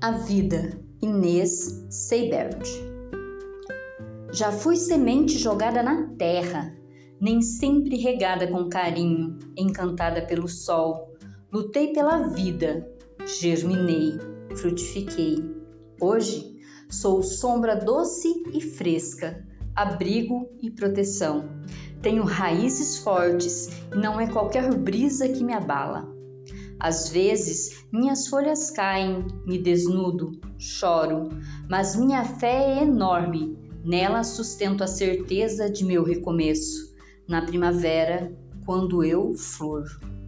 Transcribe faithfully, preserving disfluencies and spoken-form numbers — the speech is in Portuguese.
A vida, Inês Seibert. Já fui semente jogada na terra, nem sempre regada com carinho, encantada pelo sol. Lutei pela vida, germinei, frutifiquei. Hoje sou sombra doce e fresca, abrigo e proteção. Tenho raízes fortes e não é qualquer brisa que me abala. Às vezes, minhas folhas caem, me desnudo, choro, mas minha fé é enorme, nela sustento a certeza de meu recomeço, na primavera, quando eu flor.